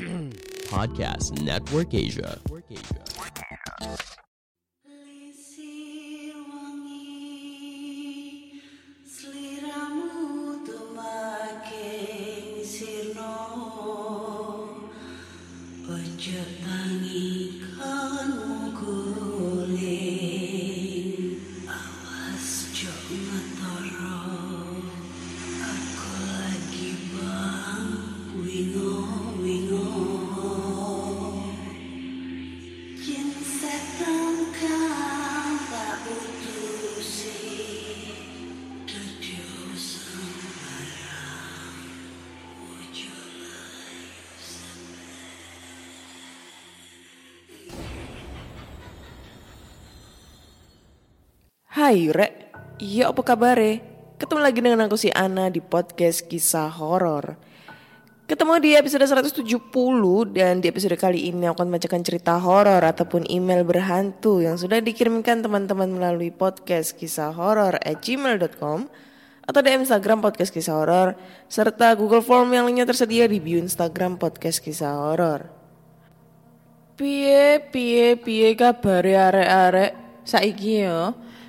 Podcast Network Asia. Hai Rek, iya apa kabar? Ketemu lagi dengan aku si Ana di podcast kisah horor. Ketemu di episode 170 dan di episode kali ini aku akan membacakan cerita horor ataupun email berhantu yang sudah dikirimkan teman-teman melalui podcast kisah horor@gmail.com atau di Instagram podcast kisah horor serta Google Form yang lainnya tersedia di bio Instagram podcast kisah horor. Piye kabare arek-arek saiki yo.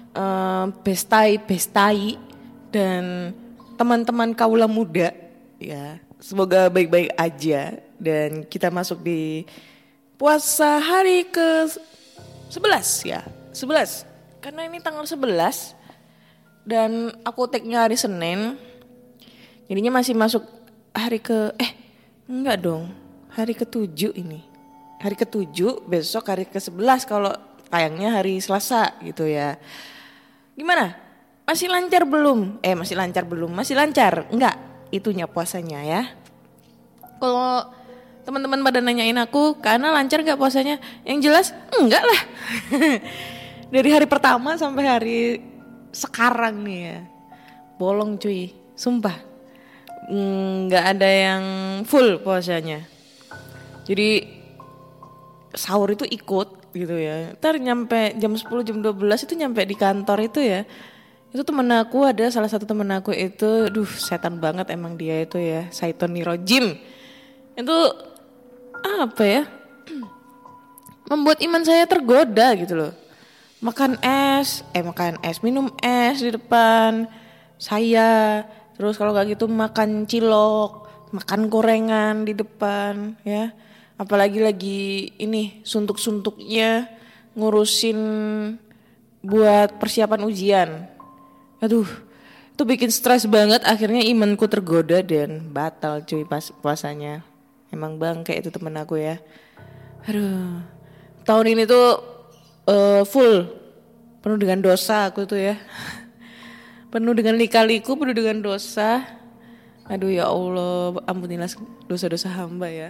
Bestai dan teman-teman kaula muda ya, semoga baik-baik aja dan kita masuk di puasa hari ke 11 ya 11 karena ini tanggal 11 dan aku take-nya hari Senin jadinya masih masuk hari enggak dong, hari ke-7 ini, hari ke-7, besok hari ke-11 kalau tayangnya hari Selasa gitu ya. Gimana? Masih lancar belum? Masih lancar? Enggak, itunya puasanya ya. Kalau teman-teman pada nanyain aku, karena lancar enggak puasanya? Yang jelas enggak lah. Dari hari pertama sampai hari sekarang nih ya. Bolong cuy, sumpah. Enggak ada yang full puasanya. Jadi sahur itu ikut gitu ya. Ntar nyampe jam 10 jam 12 itu nyampe di kantor itu ya. Itu temen aku, ada salah satu temen aku itu, setan banget emang dia itu ya, Saiton Nirojim. Itu apa ya? Membuat iman saya tergoda gitu loh. Makan es, minum es di depan saya. Terus kalau gak gitu makan cilok, makan gorengan di depan ya. Apalagi lagi ini suntuk-suntuknya ngurusin buat persiapan ujian. Aduh, itu bikin stres banget, akhirnya imanku tergoda dan batal cuy pas puasanya. Emang bangke itu temen aku ya. Aduh, tahun ini tuh full penuh dengan dosa aku tuh ya. Penuh dengan lika-liku, penuh dengan dosa. Aduh ya Allah, ampunilah dosa-dosa hamba ya.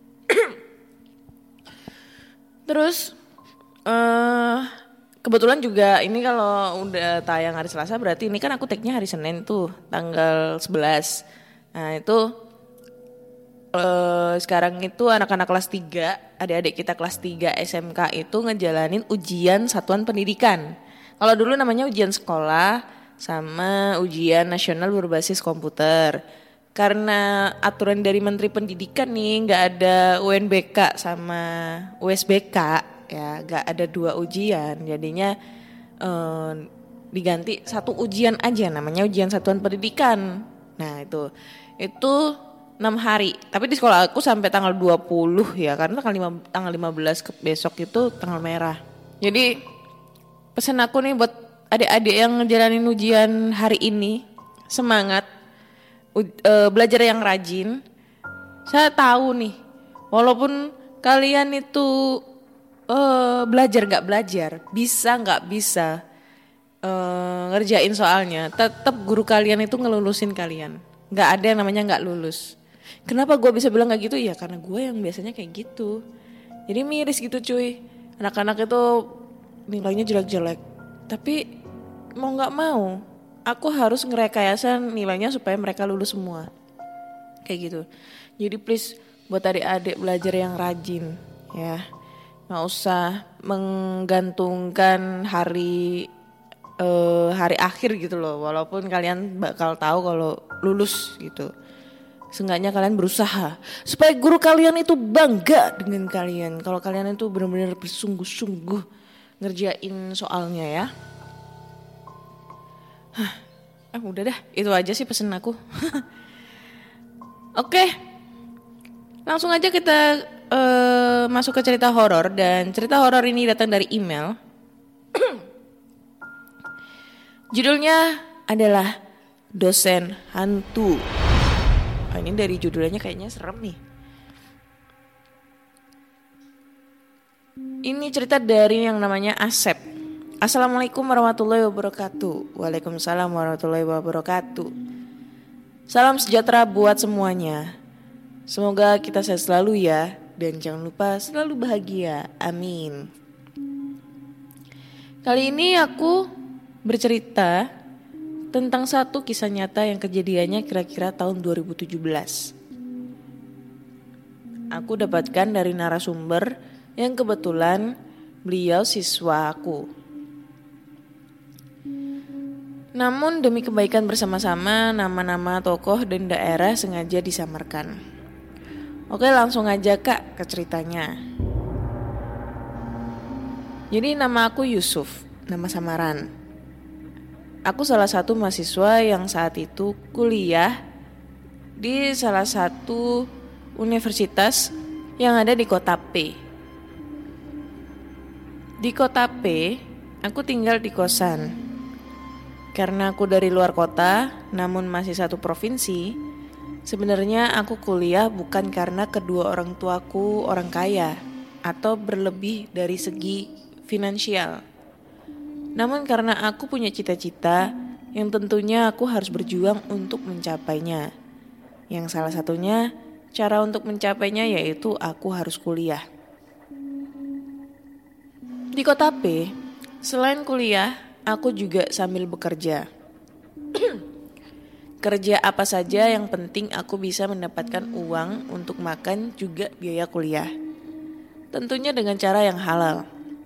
Terus kebetulan juga ini kalau udah tayang hari Selasa berarti ini kan aku take-nya hari Senin tuh tanggal 11. Nah itu sekarang itu anak-anak kelas 3, adik-adik kita kelas 3 SMK itu ngejalanin ujian satuan pendidikan. Kalau dulu namanya ujian sekolah sama ujian nasional berbasis komputer. Karena aturan dari Menteri Pendidikan nih nggak ada UNBK sama USBK ya, nggak ada 2 ujian, jadinya diganti 1 ujian aja namanya ujian satuan pendidikan. Nah itu 6 hari, tapi di sekolah aku sampai tanggal 20 ya, karena tanggal 15 besok itu tanggal merah. Jadi pesan aku nih buat adik-adik yang ngejalanin ujian hari ini, semangat. Belajar yang rajin. Saya tahu nih, walaupun kalian itu belajar nggak belajar, bisa nggak bisa ngerjain soalnya, tetap guru kalian itu ngelulusin kalian. Nggak ada yang namanya nggak lulus. Kenapa gue bisa bilang nggak gitu ya? Karena gue yang biasanya kayak gitu. Jadi miris gitu cuy. Anak-anak itu nilainya jelek-jelek, tapi mau nggak mau aku harus ngerekayasa nilainya supaya mereka lulus semua. Kayak gitu. Jadi please buat adik-adik belajar yang rajin ya. Nggak usah menggantungkan hari akhir gitu loh. Walaupun kalian bakal tahu kalau lulus gitu. Seenggaknya kalian berusaha supaya guru kalian itu bangga dengan kalian. Kalau kalian itu benar-benar bersungguh-sungguh ngerjain soalnya ya. Udah dah, itu aja sih pesan aku. Oke, langsung aja kita masuk ke cerita horor. Dan cerita horor ini datang dari email. Judulnya adalah Dosen Hantu. Ini dari judulnya kayaknya serem nih. Ini cerita dari yang namanya Asep. Assalamualaikum warahmatullahi wabarakatuh. Waalaikumsalam warahmatullahi wabarakatuh. Salam sejahtera buat semuanya. Semoga kita sehat selalu ya. Dan jangan lupa selalu bahagia. Amin. Kali ini aku bercerita tentang satu kisah nyata yang kejadiannya kira-kira tahun 2017. Aku dapatkan dari narasumber yang kebetulan beliau siswa aku. Namun demi kebaikan bersama-sama, nama-nama tokoh dan daerah sengaja disamarkan. Oke, langsung aja Kak ke ceritanya. Jadi nama aku Yusuf, nama samaran. Aku salah satu mahasiswa yang saat itu kuliah di salah satu universitas yang ada di kota P. Di kota P, aku tinggal di kosan. Karena aku dari luar kota, namun masih satu provinsi, sebenarnya aku kuliah bukan karena kedua orang tuaku orang kaya atau berlebih dari segi finansial. Namun karena aku punya cita-cita yang tentunya aku harus berjuang untuk mencapainya. Yang salah satunya cara untuk mencapainya yaitu aku harus kuliah. Di kota P, selain kuliah, aku juga sambil bekerja. Kerja apa saja yang penting aku bisa mendapatkan uang untuk makan juga biaya kuliah. Tentunya dengan cara yang halal.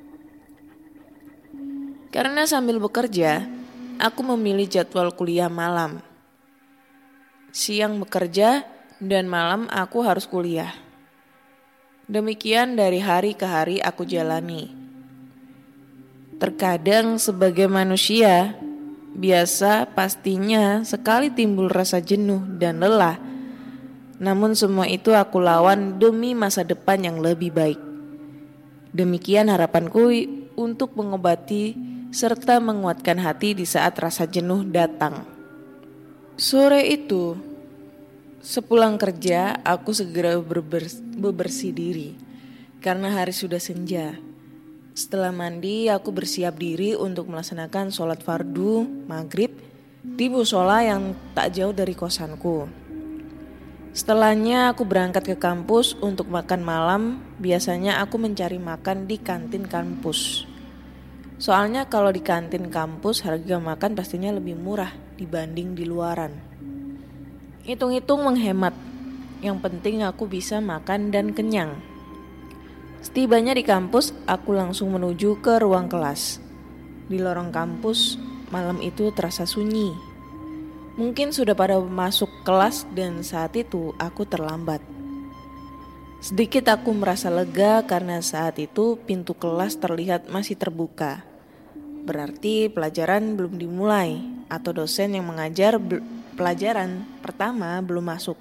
Karena sambil bekerja, aku memilih jadwal kuliah malam. Siang bekerja dan malam aku harus kuliah. Demikian dari hari ke hari aku jalani. Terkadang sebagai manusia, biasa pastinya sekali timbul rasa jenuh dan lelah. Namun semua itu aku lawan demi masa depan yang lebih baik. Demikian harapanku untuk mengobati serta menguatkan hati di saat rasa jenuh datang. Sore itu, sepulang kerja, aku segera bebersih diri karena hari sudah senja. Setelah mandi, aku bersiap diri untuk melaksanakan sholat fardu maghrib di musola yang tak jauh dari kosanku. Setelahnya aku berangkat ke kampus untuk makan malam. Biasanya aku mencari makan di kantin kampus. Soalnya kalau di kantin kampus harga makan pastinya lebih murah dibanding di luaran. Hitung-hitung menghemat. Yang penting aku bisa makan dan kenyang. Setibanya di kampus, aku langsung menuju ke ruang kelas. Di lorong kampus, malam itu terasa sunyi. Mungkin sudah pada masuk kelas dan saat itu aku terlambat. Sedikit aku merasa lega karena saat itu pintu kelas terlihat masih terbuka. Berarti pelajaran belum dimulai atau dosen yang mengajar pelajaran pertama belum masuk.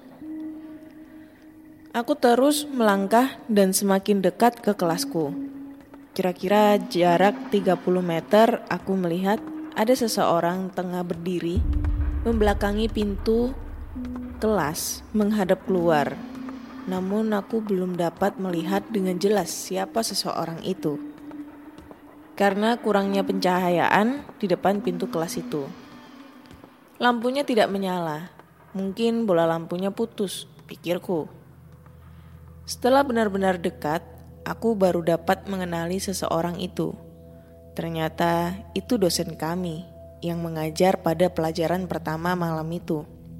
Aku terus melangkah dan semakin dekat ke kelasku. Kira-kira jarak 30 meter aku melihat ada seseorang tengah berdiri membelakangi pintu kelas menghadap keluar. Namun aku belum dapat melihat dengan jelas siapa seseorang itu. Karena kurangnya pencahayaan di depan pintu kelas itu. Lampunya tidak menyala. Mungkin bola lampunya putus, pikirku. Setelah benar-benar dekat, aku baru dapat mengenali seseorang itu. Ternyata itu dosen kami yang mengajar pada pelajaran pertama malam itu.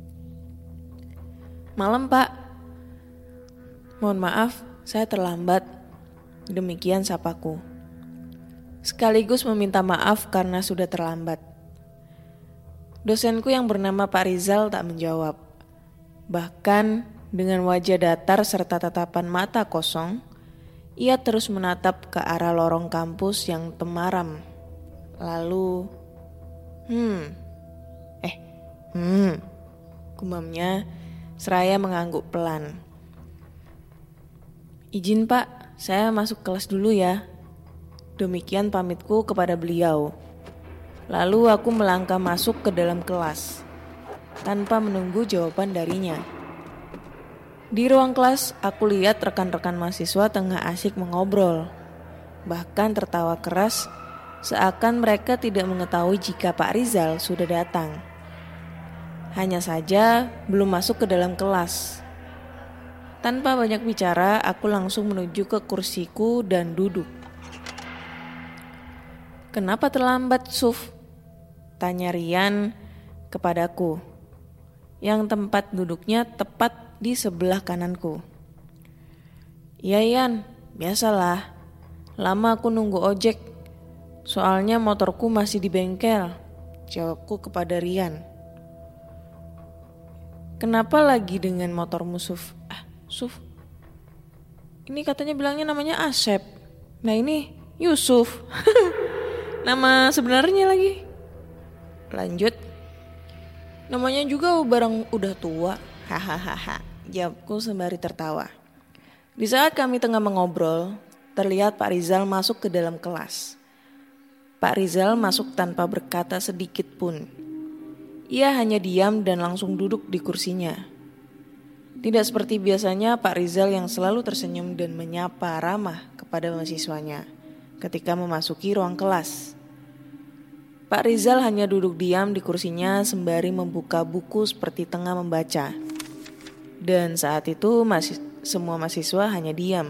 Malam, Pak. Mohon maaf, saya terlambat. Demikian sapaku. Sekaligus meminta maaf karena sudah terlambat. Dosenku yang bernama Pak Rizal tak menjawab. Bahkan dengan wajah datar serta tatapan mata kosong, ia terus menatap ke arah lorong kampus yang temaram. Lalu, gumamnya seraya mengangguk pelan. "Izin Pak, saya masuk kelas dulu ya." Demikian pamitku kepada beliau. Lalu aku melangkah masuk ke dalam kelas tanpa menunggu jawaban darinya. Di ruang kelas, aku lihat rekan-rekan mahasiswa tengah asik mengobrol, bahkan tertawa keras, seakan mereka tidak mengetahui jika Pak Rizal sudah datang. Hanya saja belum masuk ke dalam kelas. Tanpa banyak bicara, aku langsung menuju ke kursiku dan duduk. "Kenapa terlambat, Suf?" tanya Rian kepadaku, yang tempat duduknya tepat di sebelah kananku. "Ya Ian, biasalah. Lama aku nunggu ojek. Soalnya motorku masih di bengkel," jawabku kepada Rian. "Kenapa lagi dengan motormu, Suf?" Suf, ini katanya bilangnya namanya Asep. Nah ini Yusuf. Nama sebenarnya lagi. Lanjut. "Namanya juga barang udah tua." Hahaha, jawabku sembari tertawa. Di saat kami tengah mengobrol, terlihat Pak Rizal masuk ke dalam kelas. Pak Rizal masuk tanpa berkata sedikit pun. Ia hanya diam dan langsung duduk di kursinya. Tidak seperti biasanya Pak Rizal yang selalu tersenyum dan menyapa ramah kepada mahasiswanya ketika memasuki ruang kelas. Pak Rizal hanya duduk diam di kursinya sembari membuka buku seperti tengah membaca. Dan saat itu semua mahasiswa hanya diam.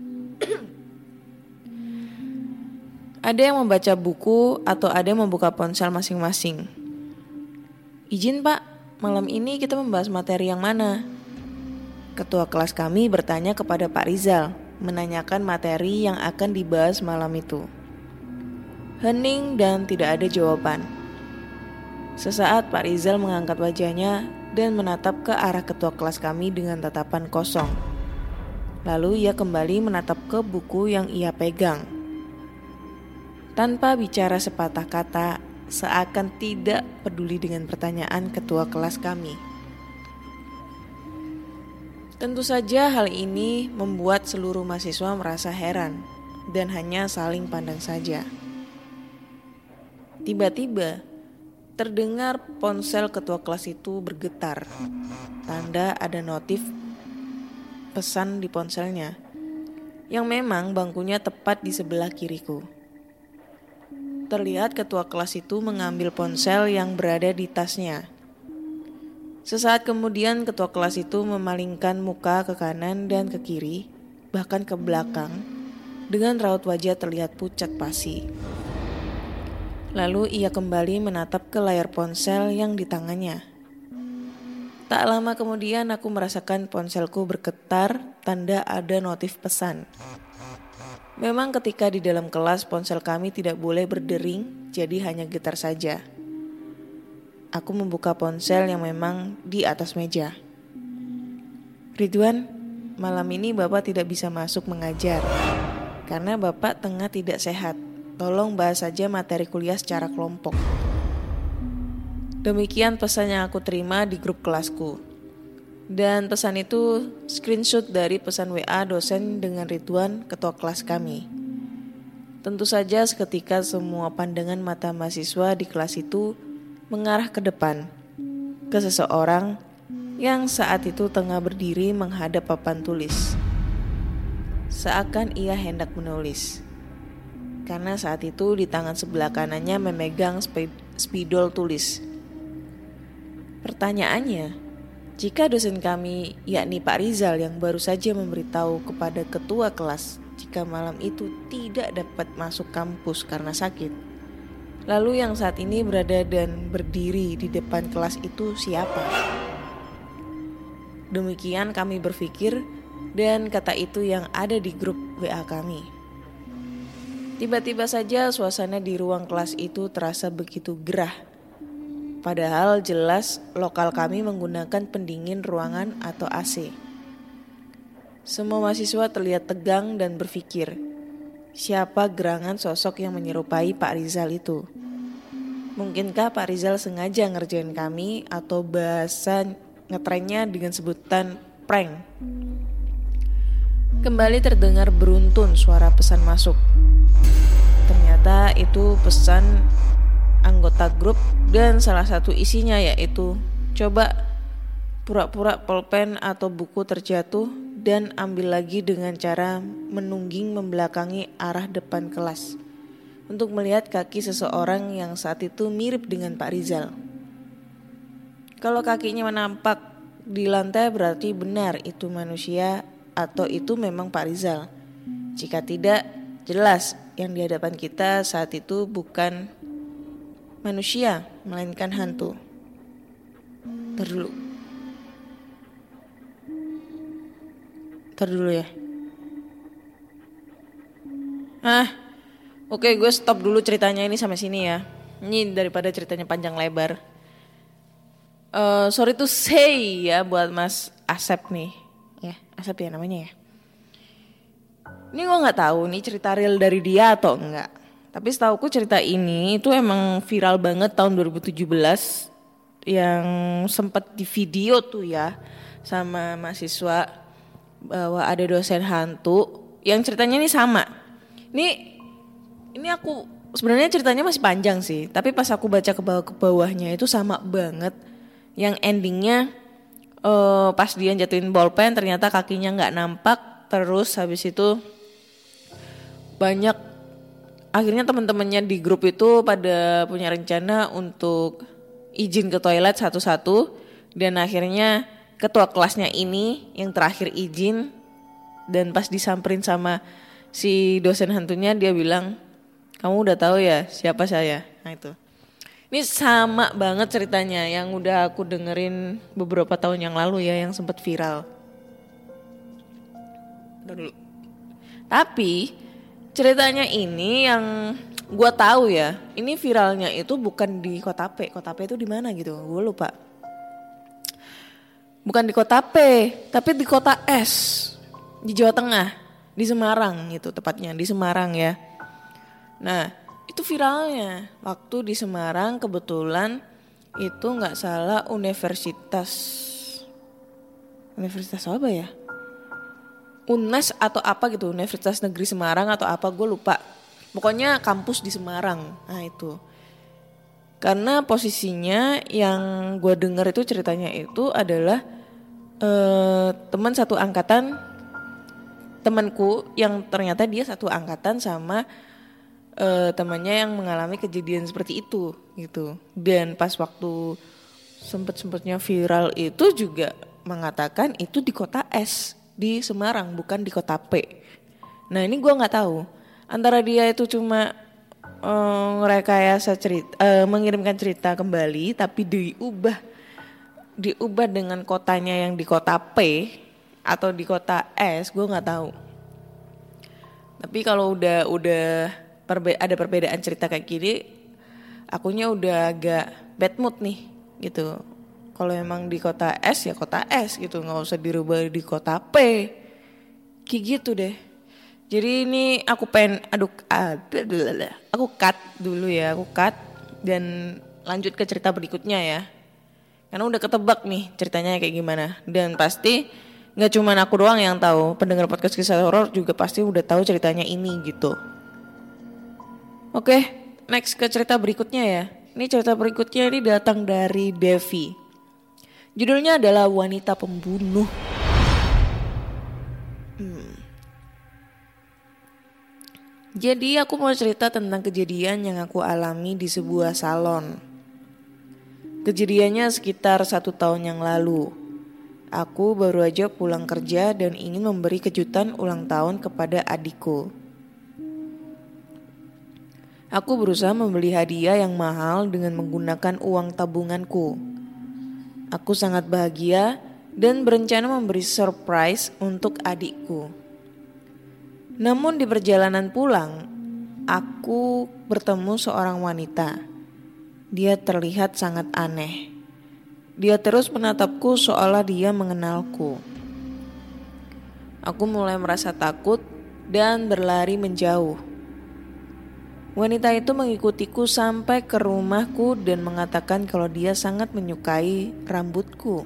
Ada yang membaca buku atau ada yang membuka ponsel masing-masing. "Izin Pak, malam ini kita membahas materi yang mana?" Ketua kelas kami bertanya kepada Pak Rizal, menanyakan materi yang akan dibahas malam itu. Hening dan tidak ada jawaban. Sesaat Pak Rizal mengangkat wajahnya dan menatap ke arah ketua kelas kami dengan tatapan kosong. Lalu ia kembali menatap ke buku yang ia pegang. Tanpa bicara sepatah kata, seakan tidak peduli dengan pertanyaan ketua kelas kami. Tentu saja hal ini membuat seluruh mahasiswa merasa heran dan hanya saling pandang saja. Tiba-tiba terdengar ponsel ketua kelas itu bergetar. Tanda ada notif pesan di ponselnya, yang memang bangkunya tepat di sebelah kiriku. Terlihat ketua kelas itu mengambil ponsel yang berada di tasnya. Sesaat kemudian ketua kelas itu memalingkan muka ke kanan dan ke kiri, bahkan ke belakang, dengan raut wajah terlihat pucat pasi. Lalu ia kembali menatap ke layar ponsel yang di tangannya. Tak lama kemudian aku merasakan ponselku bergetar, tanda ada notif pesan. Memang ketika di dalam kelas ponsel kami tidak boleh berdering, jadi hanya getar saja. Aku membuka ponsel yang memang di atas meja. "Ridwan, malam ini Bapak tidak bisa masuk mengajar karena Bapak tengah tidak sehat. Tolong bahas saja materi kuliah secara kelompok." Demikian pesan yang aku terima di grup kelasku. Dan pesan itu screenshot dari pesan WA dosen dengan Ridwan, ketua kelas kami. Tentu saja seketika semua pandangan mata mahasiswa di kelas itu mengarah ke depan, ke seseorang yang saat itu tengah berdiri menghadap papan tulis. Seakan ia hendak menulis. Karena saat itu di tangan sebelah kanannya memegang spidol tulis. Pertanyaannya, jika dosen kami yakni Pak Rizal yang baru saja memberitahu kepada ketua kelas jika malam itu tidak dapat masuk kampus karena sakit, lalu yang saat ini berada dan berdiri di depan kelas itu siapa? Demikian kami berpikir dan kata itu yang ada di grup WA kami. Tiba-tiba saja suasana di ruang kelas itu terasa begitu gerah. Padahal jelas lokal kami menggunakan pendingin ruangan atau AC. Semua mahasiswa terlihat tegang dan berpikir, siapa gerangan sosok yang menyerupai Pak Rizal itu? Mungkinkah Pak Rizal sengaja ngerjain kami atau bahasa ngetrennya dengan sebutan prank? Kembali terdengar beruntun suara pesan masuk. Ternyata itu pesan anggota grup dan salah satu isinya yaitu coba pura-pura pulpen atau buku terjatuh dan ambil lagi dengan cara menungging membelakangi arah depan kelas untuk melihat kaki seseorang yang saat itu mirip dengan Pak Rizal. Kalau kakinya menampak di lantai berarti benar itu manusia atau itu memang Pak Rizal. Jika tidak, jelas yang di hadapan kita saat itu bukan manusia, melainkan hantu. Ntar dulu ya. Oke, gue stop dulu ceritanya ini sampai sini ya. Ini daripada ceritanya panjang lebar. Sorry to say ya buat Mas Asep nih. Ya, Asep ya namanya ya. Ini gue nggak tahu nih cerita real dari dia atau enggak. Tapi setauku cerita ini itu emang viral banget tahun 2017 yang sempat di video tuh ya sama mahasiswa bahwa ada dosen hantu yang ceritanya ini sama. Ini aku sebenarnya ceritanya masih panjang sih, tapi pas aku baca ke bawahnya itu sama banget. Yang endingnya pas dia jatuhin bolpen ternyata kakinya nggak nampak, terus habis itu banyak akhirnya teman-temannya di grup itu pada punya rencana untuk izin ke toilet satu-satu dan akhirnya ketua kelasnya ini yang terakhir izin dan pas disamperin sama si dosen hantunya dia bilang, kamu udah tahu ya siapa saya? Nah itu. Ini sama banget ceritanya yang udah aku dengerin beberapa tahun yang lalu ya yang sempat viral. Dulu. Tapi ceritanya ini yang gue tahu ya, ini viralnya itu bukan di Kota P. Kota P itu di mana gitu? Gue lupa. Bukan di Kota P, tapi di Kota S di Jawa Tengah, di Semarang gitu tepatnya di Semarang ya. Nah itu viralnya waktu di Semarang kebetulan itu nggak salah universitas apa ya? UNES atau apa gitu, Universitas Negeri Semarang atau apa gue lupa. Pokoknya kampus di Semarang. Nah itu. Karena posisinya yang gue dengar itu ceritanya itu adalah teman satu angkatan temanku yang ternyata dia satu angkatan sama temannya yang mengalami kejadian seperti itu gitu. Dan pas waktu sempet-sempetnya viral itu juga mengatakan itu di Kota S. Di Semarang bukan di Kota P. Nah ini gue nggak tahu antara dia itu cuma rekayasa cerita, mengirimkan cerita kembali tapi diubah dengan kotanya yang di Kota P atau di Kota S, gue nggak tahu. Tapi kalau udah ada perbedaan cerita kayak gini, akunya udah agak bad mood nih gitu. Kalau emang di Kota S ya Kota S gitu, nggak usah dirubah di Kota P, kayak gitu deh. Jadi ini aku cut dulu ya, aku cut dan lanjut ke cerita berikutnya ya. Karena udah ketebak nih ceritanya kayak gimana dan pasti nggak cuma aku doang yang tahu, pendengar podcast kisah horor juga pasti udah tahu ceritanya ini gitu. Oke, next ke cerita berikutnya ya. Ini cerita berikutnya ini datang dari Devi. Judulnya adalah Wanita Pembunuh. Jadi aku mau cerita tentang kejadian yang aku alami di sebuah salon. Kejadiannya sekitar 1 tahun yang lalu. Aku baru aja pulang kerja dan ingin memberi kejutan ulang tahun kepada adikku. Aku berusaha membeli hadiah yang mahal dengan menggunakan uang tabunganku. Aku sangat bahagia dan berencana memberi surprise untuk adikku. Namun di perjalanan pulang, aku bertemu seorang wanita. Dia terlihat sangat aneh. Dia terus menatapku seolah dia mengenalku. Aku mulai merasa takut dan berlari menjauh. Wanita itu mengikutiku sampai ke rumahku dan mengatakan kalau dia sangat menyukai rambutku.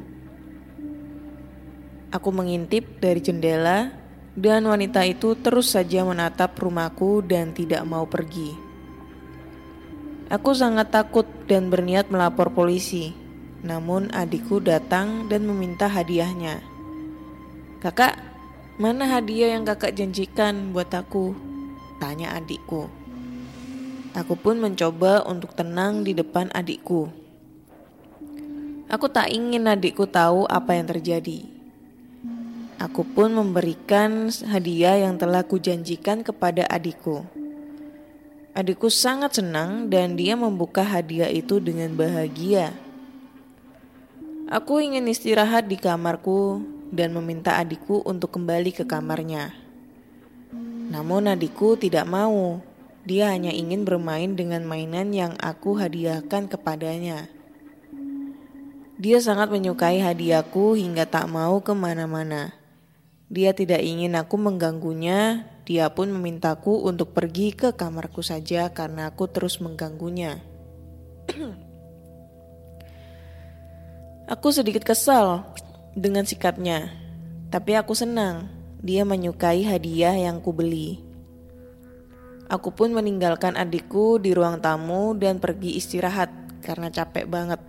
Aku mengintip dari jendela dan wanita itu terus saja menatap rumahku dan tidak mau pergi. Aku sangat takut dan berniat melapor polisi. Namun adikku datang dan meminta hadiahnya. "Kakak, mana hadiah yang kakak janjikan buat aku?" tanya adikku. Aku pun mencoba untuk tenang di depan adikku. Aku tak ingin adikku tahu apa yang terjadi. Aku pun memberikan hadiah yang telah kujanjikan kepada adikku. Adikku sangat senang dan dia membuka hadiah itu dengan bahagia. Aku ingin istirahat di kamarku dan meminta adikku untuk kembali ke kamarnya. Namun adikku tidak mau. Dia hanya ingin bermain dengan mainan yang aku hadiahkan kepadanya. Dia sangat menyukai hadiahku hingga tak mau kemana-mana. Dia tidak ingin aku mengganggunya. Dia pun memintaku untuk pergi ke kamarku saja karena aku terus mengganggunya. Aku sedikit kesal dengan sikapnya, tapi aku senang dia menyukai hadiah yang kubeli. Aku pun meninggalkan adikku di ruang tamu dan pergi istirahat karena capek banget.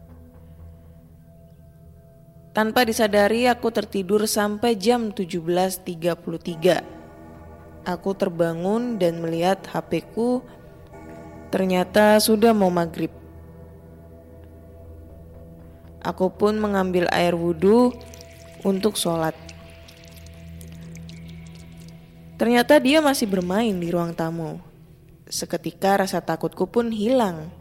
Tanpa disadari aku tertidur sampai jam 17.33. Aku terbangun dan melihat HP-ku, ternyata sudah mau maghrib. Aku pun mengambil air wudhu untuk sholat. Ternyata dia masih bermain di ruang tamu. Seketika rasa takutku pun hilang.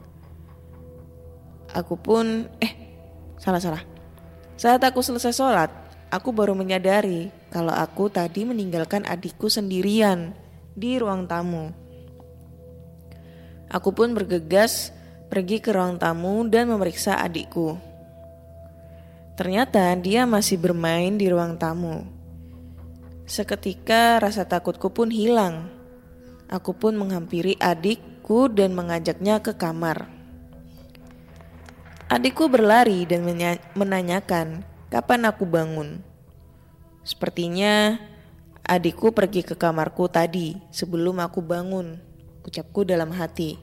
Salah. Saat aku selesai sholat, aku baru menyadari kalau aku tadi meninggalkan adikku sendirian di ruang tamu. Aku pun bergegas pergi ke ruang tamu dan memeriksa adikku. Ternyata dia masih bermain di ruang tamu. Seketika rasa takutku pun hilang. Aku pun menghampiri adikku dan mengajaknya ke kamar. Adikku berlari dan menanyakan kapan aku bangun. Sepertinya adikku pergi ke kamarku tadi sebelum aku bangun, ucapku dalam hati.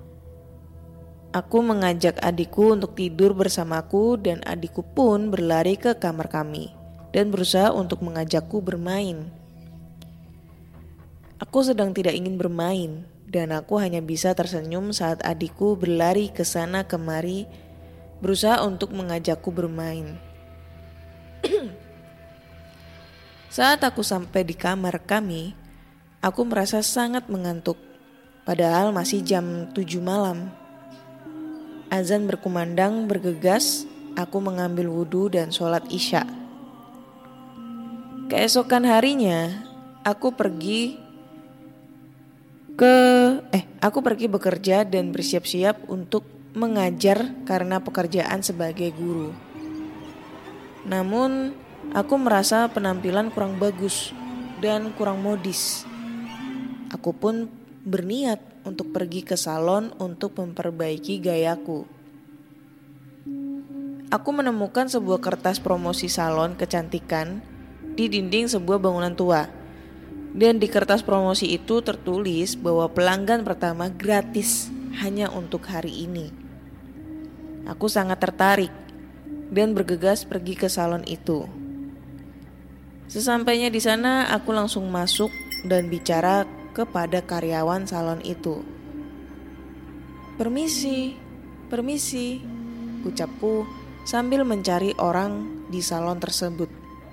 Aku mengajak adikku untuk tidur bersamaku dan adikku pun berlari ke kamar kami dan berusaha untuk mengajakku bermain. Aku sedang tidak ingin bermain dan aku hanya bisa tersenyum saat adikku berlari ke sana kemari berusaha untuk mengajakku bermain. Saat aku sampai di kamar kami, aku merasa sangat mengantuk. Padahal masih jam 7 malam. Azan berkumandang bergegas, aku mengambil wudhu dan sholat isya. Keesokan harinya, aku pergi bekerja dan bersiap-siap untuk mengajar karena pekerjaan sebagai guru. Namun, aku merasa penampilan kurang bagus dan kurang modis. Aku pun berniat untuk pergi ke salon untuk memperbaiki gayaku. Aku menemukan sebuah kertas promosi salon kecantikan di dinding sebuah bangunan tua. Dan di kertas promosi itu tertulis bahwa pelanggan pertama gratis hanya untuk hari ini. Aku sangat tertarik dan bergegas pergi ke salon itu. Sesampainya di sana, aku langsung masuk dan bicara kepada karyawan salon itu. Permisi, ucapku sambil mencari orang di salon tersebut.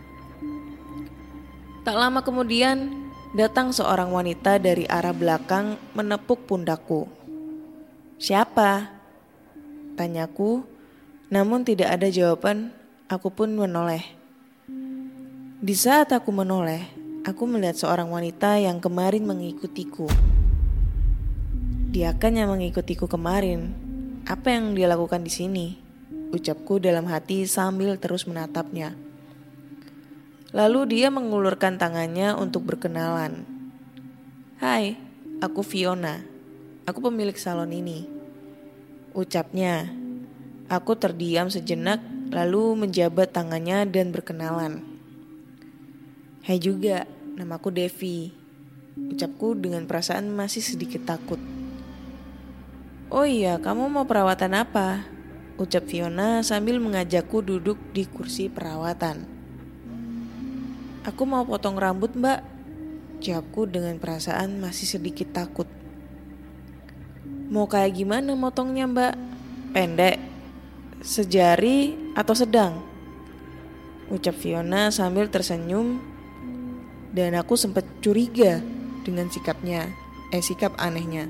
Tak lama kemudian, datang seorang wanita dari arah belakang menepuk pundakku. "Siapa?" tanyaku, namun tidak ada jawaban. Aku pun menoleh. Di saat aku menoleh, aku melihat seorang wanita yang kemarin mengikutiku. Dia kan yang mengikutiku kemarin. Apa yang dia lakukan di sini? Ucapku dalam hati sambil terus menatapnya. Lalu dia mengulurkan tangannya untuk berkenalan. Hai, aku Fiona. Aku pemilik salon ini. Ucapnya. Aku terdiam sejenak lalu menjabat tangannya dan berkenalan. Hai juga, namaku Devi. Ucapku dengan perasaan masih sedikit takut. Oh iya, kamu mau perawatan apa? Ucap Fiona sambil mengajakku duduk di kursi perawatan. Aku mau potong rambut, Mbak. Jawabku dengan perasaan masih sedikit takut. Mau kayak gimana motongnya, Mbak? Pendek, sejari, atau sedang? Ucap Fiona sambil tersenyum. Dan aku sempat curiga dengan sikap anehnya.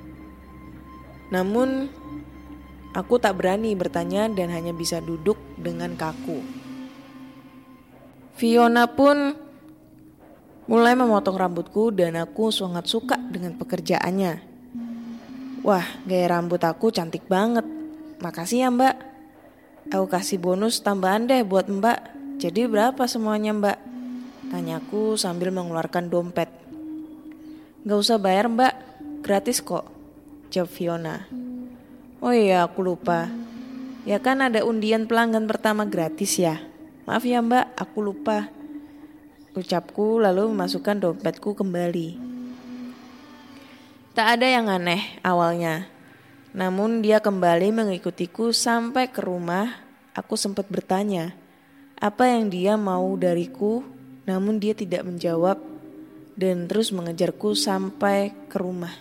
Namun aku tak berani bertanya dan hanya bisa duduk dengan kaku. Fiona pun mulai memotong rambutku dan aku sangat suka dengan pekerjaannya. Wah, gaya rambut aku cantik banget. Makasih ya, Mbak. Aku kasih bonus tambahan deh buat Mbak. Jadi berapa semuanya, Mbak? Tanyaku sambil mengeluarkan dompet. Gak usah bayar, Mbak. Gratis kok, jawab Fiona. Oh iya, aku lupa. Ya kan ada undian pelanggan pertama gratis ya. Maaf ya Mbak, aku lupa. Ucapku lalu memasukkan dompetku kembali. Tak ada yang aneh awalnya. Namun dia kembali mengikutiku sampai ke rumah. Aku sempat bertanya apa yang dia mau dariku, namun dia tidak menjawab dan terus mengejarku sampai ke rumah.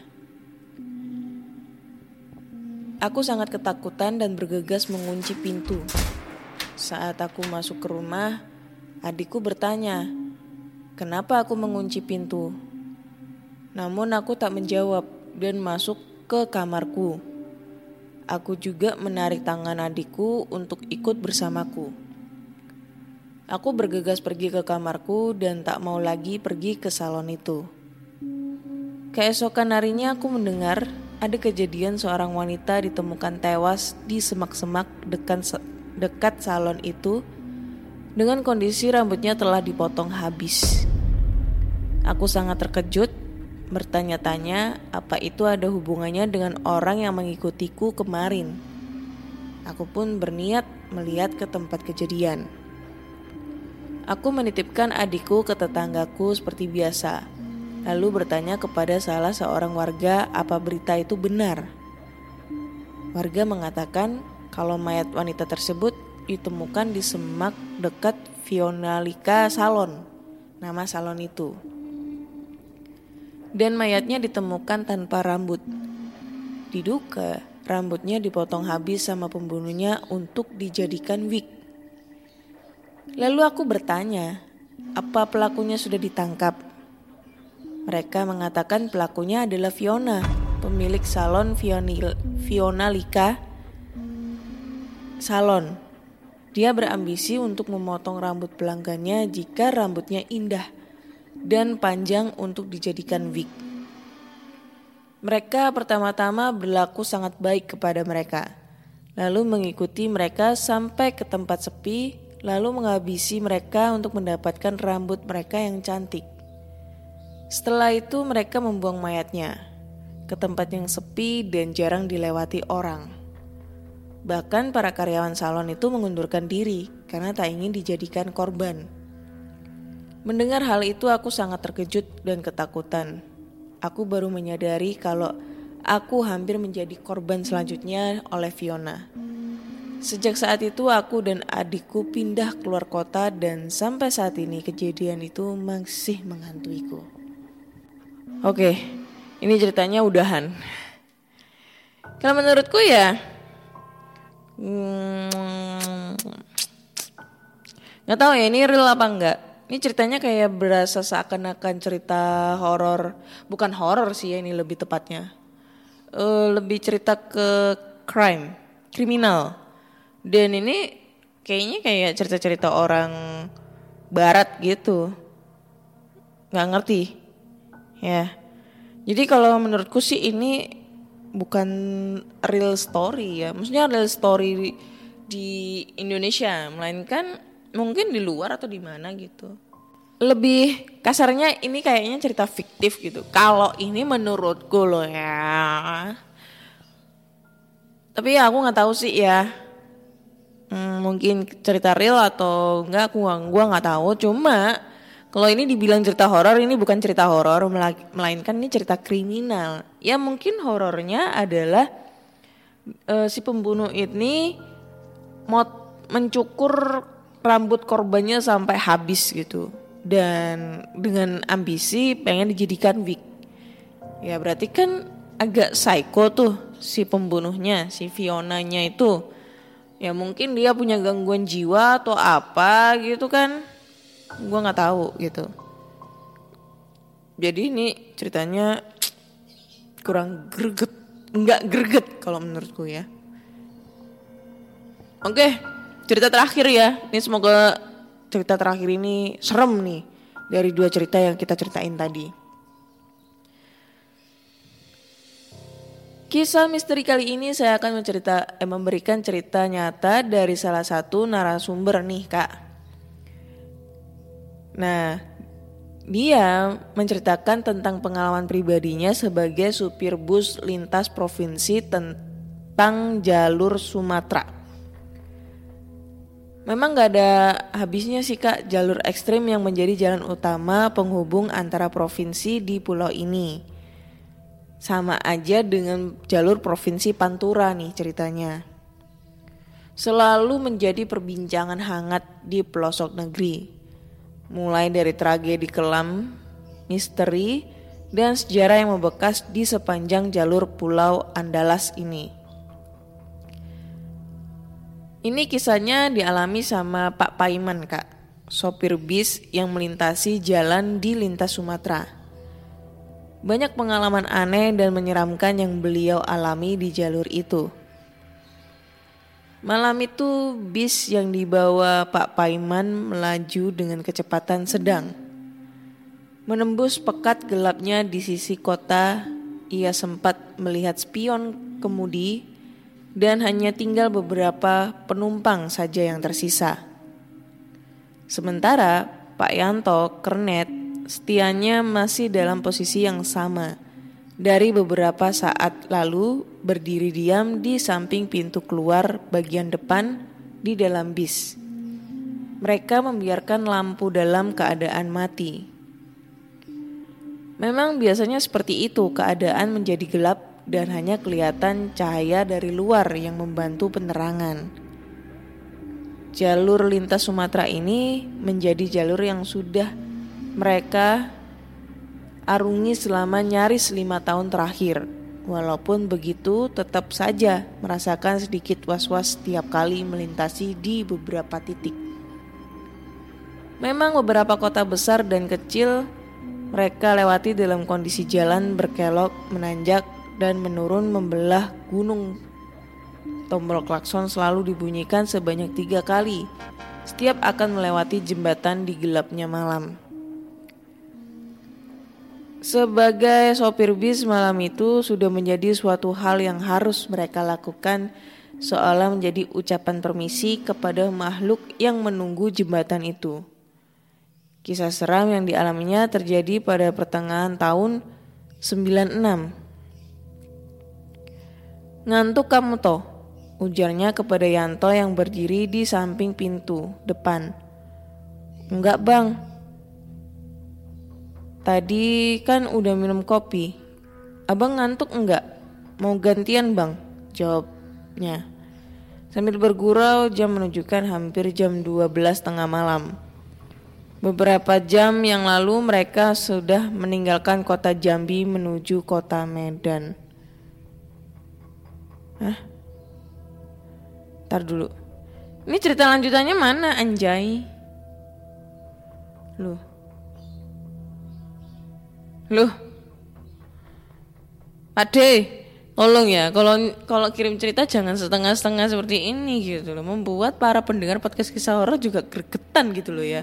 Aku sangat ketakutan dan bergegas mengunci pintu. Saat aku masuk ke rumah, adikku bertanya, kenapa aku mengunci pintu? Namun aku tak menjawab dan masuk ke kamarku. Aku juga menarik tangan adikku untuk ikut bersamaku. Aku bergegas pergi ke kamarku dan tak mau lagi pergi ke salon itu. Keesokan harinya aku mendengar ada kejadian seorang wanita ditemukan tewas di semak-semak dekat salon itu dengan kondisi rambutnya telah dipotong habis. Aku sangat terkejut, bertanya-tanya apa itu ada hubungannya dengan orang yang mengikutiku kemarin. Aku pun berniat melihat ke tempat kejadian. Aku menitipkan adikku ke tetanggaku seperti biasa, lalu bertanya kepada salah seorang warga apa berita itu benar. Warga mengatakan kalau mayat wanita tersebut ditemukan di semak dekat Fionalika Salon, nama salon itu. Dan mayatnya ditemukan tanpa rambut. Diduga rambutnya dipotong habis sama pembunuhnya untuk dijadikan wig. Lalu aku bertanya, apa pelakunya sudah ditangkap? Mereka mengatakan pelakunya adalah Fiona, pemilik salon Fionalika Salon. Dia berambisi untuk memotong rambut pelanggannya jika rambutnya indah dan panjang untuk dijadikan wig. Mereka pertama-tama berlaku sangat baik kepada mereka, lalu mengikuti mereka sampai ke tempat sepi, lalu menghabisi mereka untuk mendapatkan rambut mereka yang cantik. Setelah itu mereka membuang mayatnya ke tempat yang sepi dan jarang dilewati orang. Bahkan para karyawan salon itu mengundurkan diri karena tak ingin dijadikan korban. Mendengar hal itu aku sangat terkejut dan ketakutan. Aku baru menyadari kalau aku hampir menjadi korban selanjutnya oleh Fiona. Sejak saat itu aku dan adikku pindah keluar kota dan sampai saat ini kejadian itu masih menghantuiku. Oke, ini ceritanya udahan. Kalau menurutku ya nggak tahu ya ini real apa enggak. Ini ceritanya kayak berasa seakan-akan cerita horor, bukan horor sih ya ini lebih tepatnya. Lebih cerita ke kriminal. Dan ini kayaknya kayak cerita-cerita orang barat gitu. Nggak ngerti. Ya. Jadi kalau menurutku sih ini bukan real story ya. Maksudnya real story di Indonesia, melainkan mungkin di luar atau di mana gitu. Lebih kasarnya ini kayaknya cerita fiktif gitu. Kalau ini menurutku loh ya. Tapi ya aku nggak tahu sih ya. Mungkin cerita real atau enggak, gua nggak tahu. Cuma kalau ini dibilang cerita horor, ini bukan cerita horor, melainkan ini cerita kriminal. Ya mungkin horornya adalah si pembunuh ini mau mencukur rambut korbannya sampai habis gitu. Dan dengan ambisi pengen dijadikan wig. Ya berarti kan agak psycho tuh si pembunuhnya, si Fionanya itu. Ya mungkin dia punya gangguan jiwa atau apa gitu kan. Gue gak tahu gitu. Jadi ini ceritanya kurang greget. Enggak greget kalau menurutku ya. Oke, cerita terakhir ya. Ini semoga cerita terakhir ini serem nih. Dari 2 cerita yang kita ceritain tadi. Kisah misteri kali ini saya akan memberikan cerita nyata dari salah satu narasumber nih Kak. Nah, dia menceritakan tentang pengalaman pribadinya sebagai supir bus lintas provinsi tentang jalur Sumatera. Memang gak ada habisnya sih Kak jalur ekstrim yang menjadi jalan utama penghubung antara provinsi di pulau ini. Sama aja dengan jalur provinsi Pantura nih ceritanya. Selalu menjadi perbincangan hangat di pelosok negeri. Mulai dari tragedi kelam, misteri, dan sejarah yang membekas di sepanjang jalur Pulau Andalas ini. Ini kisahnya dialami sama Pak Paiman Kak, sopir bis yang melintasi jalan di lintas Sumatera. Banyak pengalaman aneh dan menyeramkan yang beliau alami di jalur itu. Malam itu bis yang dibawa Pak Paiman melaju dengan kecepatan sedang. Menembus pekat gelapnya di sisi kota, ia sempat melihat spion kemudi dan hanya tinggal beberapa penumpang saja yang tersisa. Sementara Pak Yanto, kernet, setianya masih dalam posisi yang sama. Dari beberapa saat lalu berdiri diam di samping pintu keluar bagian depan di dalam bis. Mereka membiarkan lampu dalam keadaan mati. Memang biasanya seperti itu, keadaan menjadi gelap dan hanya kelihatan cahaya dari luar yang membantu penerangan. Jalur lintas Sumatera ini menjadi jalur yang sudah mereka arungi selama nyaris 5 tahun terakhir. Walaupun begitu tetap saja merasakan sedikit was-was setiap kali melintasi di beberapa titik. Memang beberapa kota besar dan kecil mereka lewati dalam kondisi jalan berkelok, menanjak dan menurun membelah gunung. Tombol klakson selalu dibunyikan sebanyak 3 kali setiap akan melewati jembatan di gelapnya malam. Sebagai sopir bis malam itu sudah menjadi suatu hal yang harus mereka lakukan, seolah menjadi ucapan permisi kepada makhluk yang menunggu jembatan itu. Kisah seram yang dialaminya terjadi pada pertengahan tahun 96. Ngantuk kamu toh? Ujarnya kepada Yanto yang berdiri di samping pintu depan. Enggak bang. Tadi kan udah minum kopi. Abang ngantuk enggak? Mau gantian bang? Jawabnya. Sambil bergurau jam menunjukkan hampir jam 12 tengah malam. Beberapa jam yang lalu mereka sudah meninggalkan kota Jambi menuju kota Medan. Hah? Ntar dulu. Ini cerita lanjutannya mana anjay? Loh, Ade, tolong ya, kalau kirim cerita jangan setengah-setengah seperti ini gitu loh, membuat para pendengar podcast kisah horor juga gregetan gitu loh ya.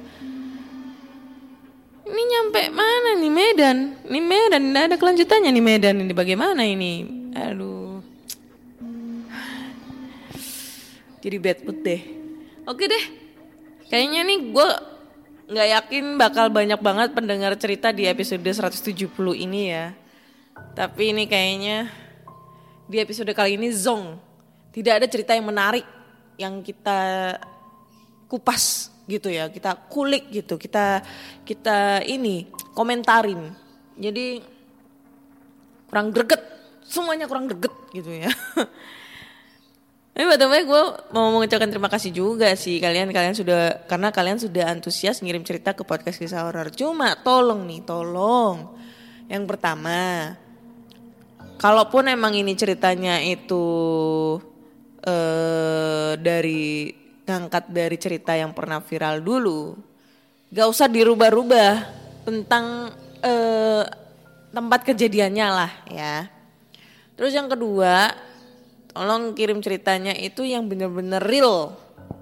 Ini nyampe mana nih Medan? Ini Medan, tidak ada kelanjutannya nih Medan ini, bagaimana ini? Aduh. Jadi bad mood deh. Oke deh. Kayaknya nih gue gak yakin bakal banyak banget pendengar cerita di episode 170 ini ya. Tapi ini kayaknya di episode kali ini zong. Tidak ada cerita yang menarik yang kita kupas gitu ya. Kita kulik gitu. Kita ini komentarin. Jadi kurang greget. Semuanya kurang greget gitu ya. Tapi btw gue mau mengucapkan terima kasih juga sih kalian sudah, karena kalian sudah antusias ngirim cerita ke podcast kisah horor. Cuma tolong. Yang pertama, kalaupun emang ini ceritanya itu ngangkat dari cerita yang pernah viral dulu, gak usah dirubah-rubah tentang tempat kejadiannya lah ya. Terus yang kedua, tolong kirim ceritanya itu yang benar-benar real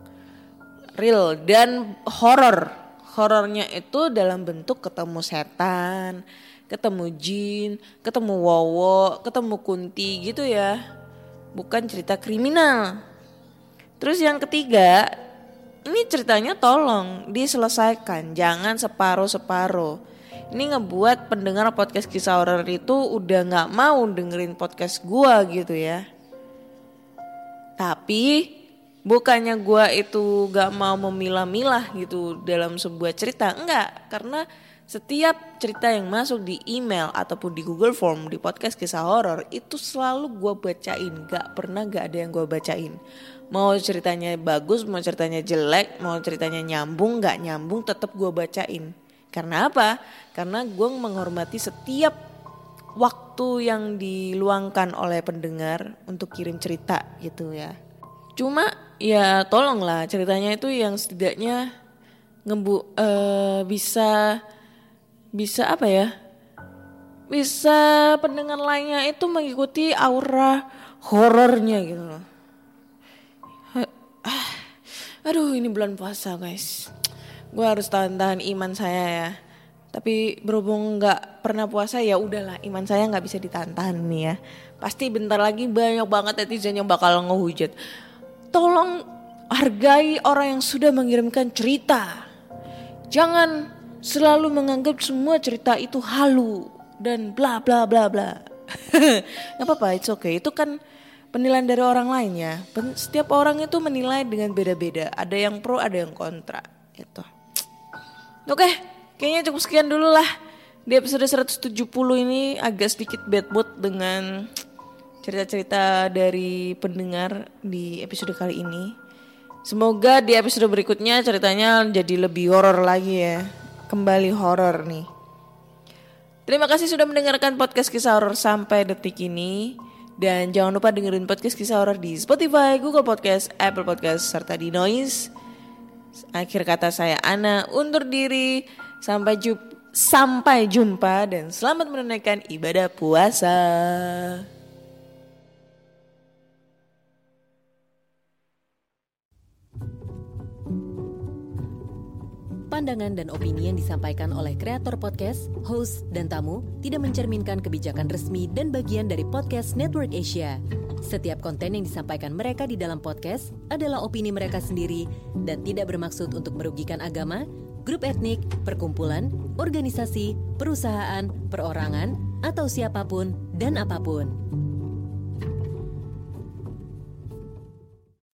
dan horor. Horornya itu dalam bentuk ketemu setan, ketemu jin, ketemu wowo, ketemu kunti gitu ya. Bukan cerita kriminal. Terus yang ketiga, ini ceritanya tolong diselesaikan, jangan separuh-separuh. Ini ngebuat pendengar podcast kisah horor itu udah gak mau dengerin podcast gua gitu ya. Tapi bukannya gue itu gak mau memilah-milah gitu dalam sebuah cerita. Enggak, karena setiap cerita yang masuk di email ataupun di Google Form di podcast kisah horor itu selalu gue bacain. Gak pernah gak ada yang gue bacain. Mau ceritanya bagus, mau ceritanya jelek, mau ceritanya nyambung, gak nyambung, tetap gue bacain. Karena apa? Karena gue menghormati setiap waktu yang diluangkan oleh pendengar untuk kirim cerita gitu ya. Cuma ya tolonglah ceritanya itu yang setidaknya bisa apa ya? Bisa pendengar lainnya itu mengikuti aura horornya gitu loh. Aduh, ini bulan puasa guys. Gue harus tahan-tahan iman saya ya. Tapi berhubung gak pernah puasa ya udahlah, iman saya gak bisa ditahan-tahan nih ya. Pasti bentar lagi banyak banget netizen yang bakal ngehujat. Tolong hargai orang yang sudah mengirimkan cerita. Jangan selalu menganggap semua cerita itu halu dan bla bla bla bla. Gak apa-apa, it's okay. Itu kan penilaian dari orang lain ya. Setiap orang itu menilai dengan beda-beda. Ada yang pro, ada yang kontra gitu. Oke. Kayaknya cukup sekian dulu lah. Di episode 170 ini agak sedikit bad mood dengan cerita-cerita dari pendengar di episode kali ini. Semoga di episode berikutnya ceritanya jadi lebih horor lagi ya. Kembali horor nih. Terima kasih sudah mendengarkan podcast kisah horor sampai detik ini. Dan jangan lupa dengerin podcast kisah horor di Spotify, Google Podcast, Apple Podcast, serta di Noise. Akhir kata saya Ana undur diri. Sampai jumpa dan selamat menunaikan ibadah puasa. Pandangan dan opini yang disampaikan oleh kreator podcast, host, dan tamu tidak mencerminkan kebijakan resmi dan bagian dari Podcast Network Asia. Setiap konten yang disampaikan mereka di dalam podcast adalah opini mereka sendiri dan tidak bermaksud untuk merugikan agama, grup etnik, perkumpulan, organisasi, perusahaan, perorangan, atau siapapun dan apapun.